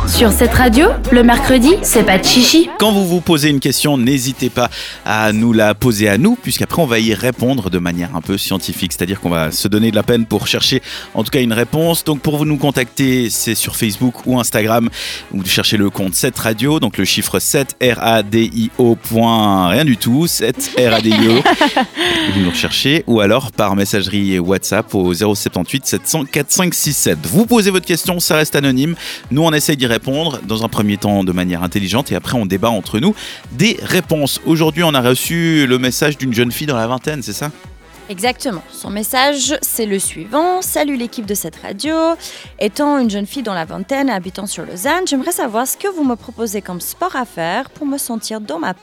Sur cette radio, le mercredi, c'est pas de chichi. Quand vous vous posez une question, n'hésitez pas à nous la poser à nous, puisqu'après on va y répondre de manière un peu scientifique, c'est-à-dire qu'on va se donner de la peine pour chercher en tout cas une réponse. Donc pour vous nous contacter, c'est sur Facebook ou Instagram, vous cherchez le compte 7 radio, donc le chiffre 7 RADIO. Rien du tout, 7 RADIO. Vous nous recherchez, ou alors par messagerie WhatsApp au 078 700 4567. Vous posez votre question, ça reste anonyme. Nous on essaye d'y répondre dans un premier temps de manière intelligente et après on débat entre nous des réponses. Aujourd'hui on a reçu le message d'une jeune fille dans la vingtaine, c'est ça ? Exactement. Son message, c'est le suivant. Salut l'équipe de cette radio. Étant une jeune fille dans la vingtaine et habitant sur Lausanne, j'aimerais savoir ce que vous me proposez comme sport à faire pour me sentir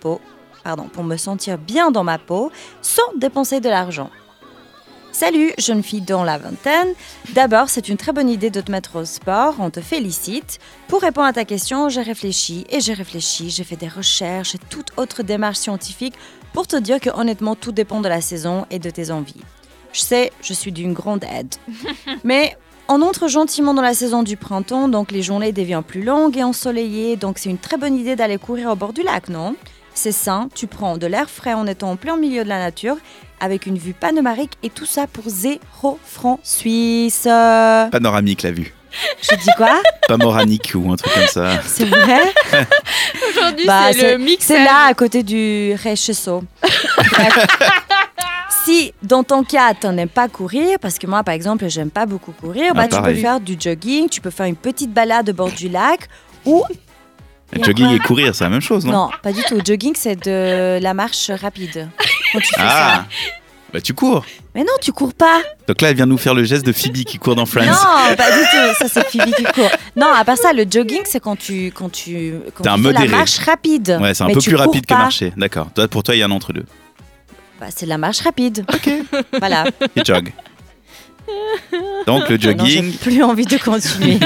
bien dans ma peau sans dépenser de l'argent. Salut, jeune fille dans la vingtaine. D'abord, c'est une très bonne idée de te mettre au sport, on te félicite. Pour répondre à ta question, j'ai réfléchi, j'ai fait des recherches et toute autre démarche scientifique pour te dire que honnêtement, tout dépend de la saison et de tes envies. Je sais, je suis d'une grande aide. Mais on entre gentiment dans la saison du printemps, donc les journées deviennent plus longues et ensoleillées, donc c'est une très bonne idée d'aller courir au bord du lac, non ? C'est sain, tu prends de l'air frais en étant en plein milieu de la nature, avec une vue panoramique et tout ça pour 0 francs suisses. Panoramique la vue. Je dis quoi ? Panoramique ou un truc comme ça. C'est vrai ? Aujourd'hui, c'est le mix. C'est là, à côté du Rechesseau. Si, dans ton cas, tu n'aimes pas courir, parce que moi, par exemple, j'aime pas beaucoup courir, tu peux faire du jogging, tu peux faire une petite balade au bord du lac ou... Jogging et courir, c'est la même chose, non ? Non, pas du tout. Jogging, c'est de la marche rapide. Quand tu fais ça. Bah tu cours. Mais non, tu cours pas. Donc là, elle vient nous faire le geste de Phoebe qui court dans Friends. Non, pas du tout. Ça, c'est Phoebe qui court. Non, à part ça, le jogging, c'est quand tu fais la marche rapide. Ouais, c'est un peu plus rapide que marcher. D'accord. Pour toi, il y a un entre deux. Bah, c'est de la marche rapide. Ok. Voilà. Et jog. Donc le jogging. Non, j'ai plus envie de continuer.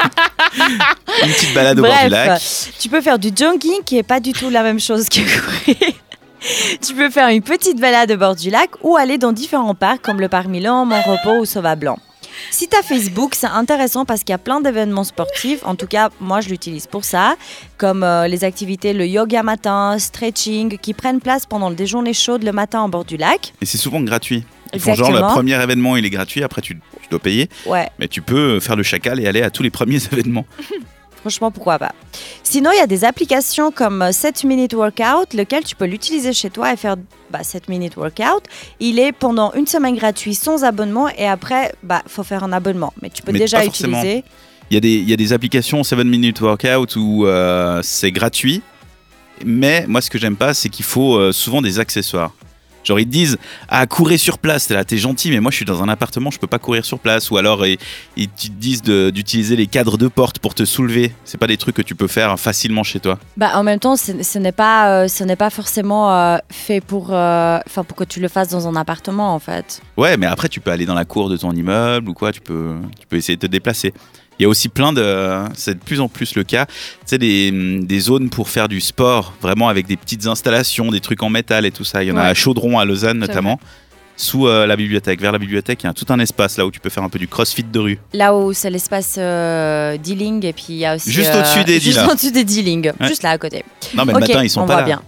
Une petite balade au bord du lac. Tu peux faire du jogging qui est pas du tout la même chose que courir. Tu peux faire une petite balade au bord du lac ou aller dans différents parcs comme le parc Milan, Mon-Repos ou Sauva-Blanc. Si tu as Facebook, c'est intéressant parce qu'il y a plein d'événements sportifs. En tout cas, moi, je l'utilise pour ça. Comme les activités, le yoga matin, stretching, qui prennent place pendant le déjeuner chaud le matin au bord du lac. Et c'est souvent gratuit. Ils font Exactement. genre le premier événement, il est gratuit. Après, tu dois payer. Ouais. Mais tu peux faire le chacal et aller à tous les premiers événements. Franchement, pourquoi pas. Sinon, il y a des applications comme 7 Minute Workout, lequel tu peux l'utiliser chez toi et faire 7 Minute Workout. Il est pendant une semaine gratuit sans abonnement et après, faut faire un abonnement. Mais tu peux déjà utiliser. Il y a des applications 7 Minute Workout où c'est gratuit. Mais moi, ce que j'aime pas, c'est qu'il faut souvent des accessoires. Genre, ils te disent, courir sur place, t'es gentil, mais moi je suis dans un appartement, je peux pas courir sur place. Ou alors, ils te disent d'utiliser les cadres de porte pour te soulever. C'est pas des trucs que tu peux faire facilement chez toi. En même temps, ce n'est pas forcément fait pour que tu le fasses dans un appartement, en fait. Ouais, mais après, tu peux aller dans la cour de ton immeuble ou quoi, tu peux essayer de te déplacer. Il y a aussi c'est de plus en plus le cas, tu sais, des zones pour faire du sport, vraiment avec des petites installations, des trucs en métal et tout ça. Il y en a à Chaudron, à Lausanne notamment, sous la bibliothèque. Vers la bibliothèque, il y a tout un espace là où tu peux faire un peu du crossfit de rue. Là où c'est l'espace Dealing et puis il y a aussi... Juste au-dessus des Juste au-dessus des Dealing, juste là à côté. Non mais le matin, ils sont pas là. Bien.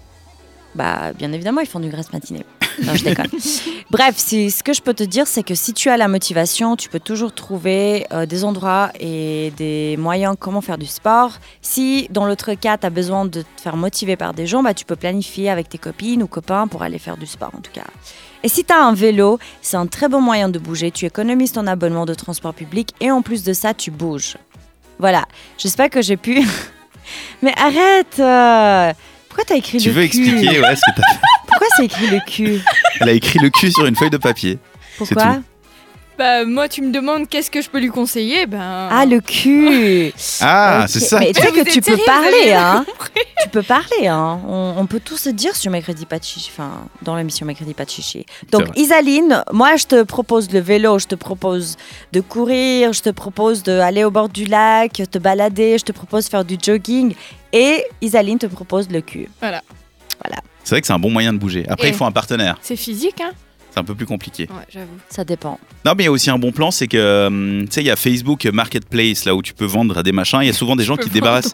Bien évidemment, ils font du grasse matinée. Non, je déconne. Bref, ce que je peux te dire, c'est que si tu as la motivation, tu peux toujours trouver des endroits et des moyens comment faire du sport. Si, dans l'autre cas, tu as besoin de te faire motiver par des gens, tu peux planifier avec tes copines ou copains pour aller faire du sport, en tout cas. Et si tu as un vélo, c'est un très bon moyen de bouger. Tu économises ton abonnement de transport public et en plus de ça, tu bouges. Voilà. J'espère que j'ai pu... Mais arrête Pourquoi t'as écrit le cul ? Tu veux expliquer ce que t'as fait ? Pourquoi c'est écrit le cul ? Elle a écrit le cul sur une feuille de papier. Pourquoi ? Moi, tu me demandes qu'est-ce que je peux lui conseiller, Ah, le cul. Okay. C'est ça. Mais tu sais que tu peux parler, hein. Tu peux parler, hein. On peut tout se dire sur Mercredi Pas de Chichi, dans l'émission Mercredi Pas de Chichi. Donc, Isaline, moi, je te propose le vélo, je te propose de courir, je te propose d'aller au bord du lac, te balader, je te propose de faire du jogging. Et Isaline te propose le cul. Voilà. C'est vrai que c'est un bon moyen de bouger. Après, il faut un partenaire. C'est physique, hein ? C'est un peu plus compliqué. Ouais, j'avoue. Ça dépend. Non, mais il y a aussi un bon plan, c'est que, tu sais, il y a Facebook Marketplace, là où tu peux vendre des machins. Il y a souvent des gens qui débarrassent.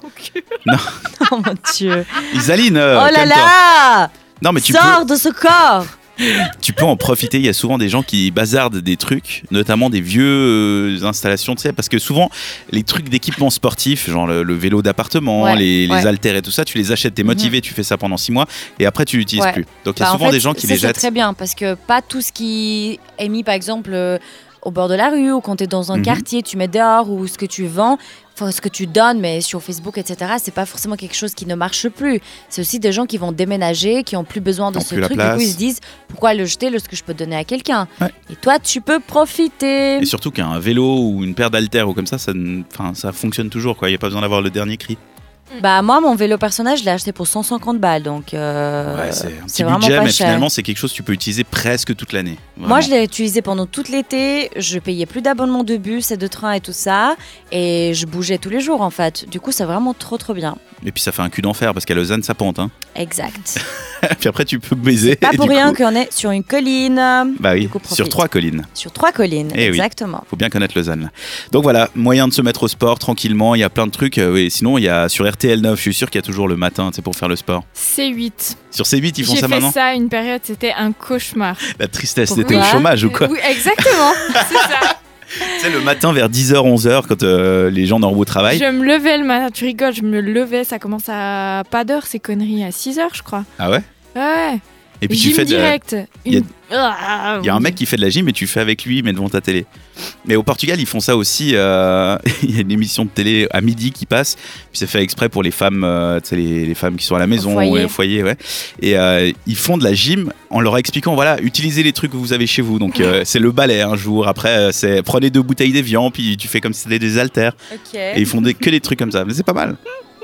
Oh mon Dieu. Isaline, Oh là calme-toi. là. Non, mais Sors de ce corps. tu peux en profiter. Il y a souvent des gens qui bazardent des trucs, notamment des vieux installations, tu sais, parce que souvent, les trucs d'équipement sportif, genre le vélo d'appartement, Ouais, les ouais. haltères et tout ça, tu les achètes, t'es motivé, tu fais ça pendant 6 mois et après tu l'utilises Ouais. plus. Donc il y a Bah, en souvent fait, des gens qui ça, les c'est jettent. très bien parce que pas tout ce qui est mis, par exemple, au bord de la rue ou quand tu es dans un Mhm. quartier, tu mets dehors ou ce que tu vends, enfin ce que tu donnes, mais sur Facebook, etc., c'est pas forcément quelque chose qui ne marche plus. C'est aussi des gens qui vont déménager, qui ont plus besoin de Ont ce plus la truc. Du coup, place. ils se disent pourquoi le jeter lorsque je peux donner à quelqu'un. Ouais. Et toi, tu peux profiter. Et surtout qu'un vélo ou une paire d'haltères ou comme ça fonctionne toujours, quoi. Il n'y a pas besoin d'avoir le dernier cri. Bah moi, mon vélo personnel, je l'ai acheté pour 150 balles, donc Ouais, c'est un petit vraiment budget, pas mais cher. finalement, c'est quelque chose que tu peux utiliser presque toute l'année. Moi, je Vraiment. l'ai utilisé pendant tout l'été. Je payais plus d'abonnement de bus et de train et tout ça. Et je bougeais tous les jours, en fait. Du coup, c'est vraiment trop, trop bien. Et puis ça fait un cul d'enfer parce qu'à Lausanne, ça pente. Hein. Exact. Puis après, tu peux baiser. Pas et pour du rien coup- qu'on est sur une colline. Bah oui, Du coup, profite. sur 3 collines. Sur 3 collines, Eh oui. exactement. Faut bien connaître Lausanne. Donc voilà, moyen de se mettre au sport tranquillement. Il y a plein de trucs. Et sinon, il y a sur RTL 9, je suis sûr qu'il y a toujours le matin, tu sais, pour faire le sport. C8. Sur C8, ils font J'ai ça fait maintenant. ça une période, c'était un cauchemar. La tristesse, Pourquoi t'étais au chômage ou quoi? Oui, exactement, c'est ça. Tu sais, le matin vers 10h, 11h, quand les gens dorment au travail. Je me levais le matin, tu rigoles, je me levais, ça commence à pas d'heure, ces conneries, à 6h, je crois. Ah ouais? Ouais. Et puis Gym tu fais direct. il y a- Ah, Il y a un mec qui fait de la gym et tu fais avec lui, mais devant ta télé. Mais au Portugal, ils font ça aussi. Il y a une émission de télé à midi qui passe. Puis c'est fait exprès pour les femmes, tu sais, les femmes qui sont à la maison foyer. ou au foyer. Ouais. Et ils font de la gym en leur expliquant voilà, utilisez les trucs que vous avez chez vous. Donc c'est le balai un jour. Après, c'est prenez 2 bouteilles d'évian, puis tu fais comme si c'était des haltères. Ok. Et ils font que des trucs comme ça. Mais c'est pas mal.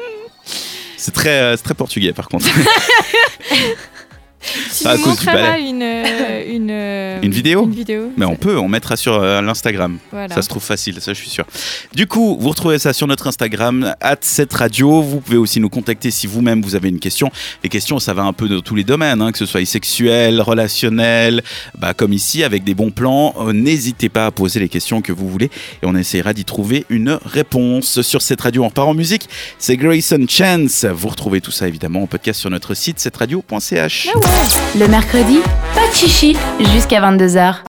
C'est très portugais par contre. Tu à nous cause du montreras balai. une vidéo Une vidéo. Mais on mettra sur l'Instagram. Voilà. Ça se trouve facile, ça je suis sûr. Du coup, vous retrouvez ça sur notre Instagram, @7radio. Vous pouvez aussi nous contacter si vous-même vous avez une question. Les questions, ça va un peu dans tous les domaines, hein, que ce soit sexuel, relationnel, comme ici, avec des bons plans. N'hésitez pas à poser les questions que vous voulez et on essaiera d'y trouver une réponse. Sur 7 radio, on repart en musique. C'est Grayson Chance. Vous retrouvez tout ça évidemment en podcast sur notre site 7radio.ch. Le mercredi, pas de chichi jusqu'à 22h.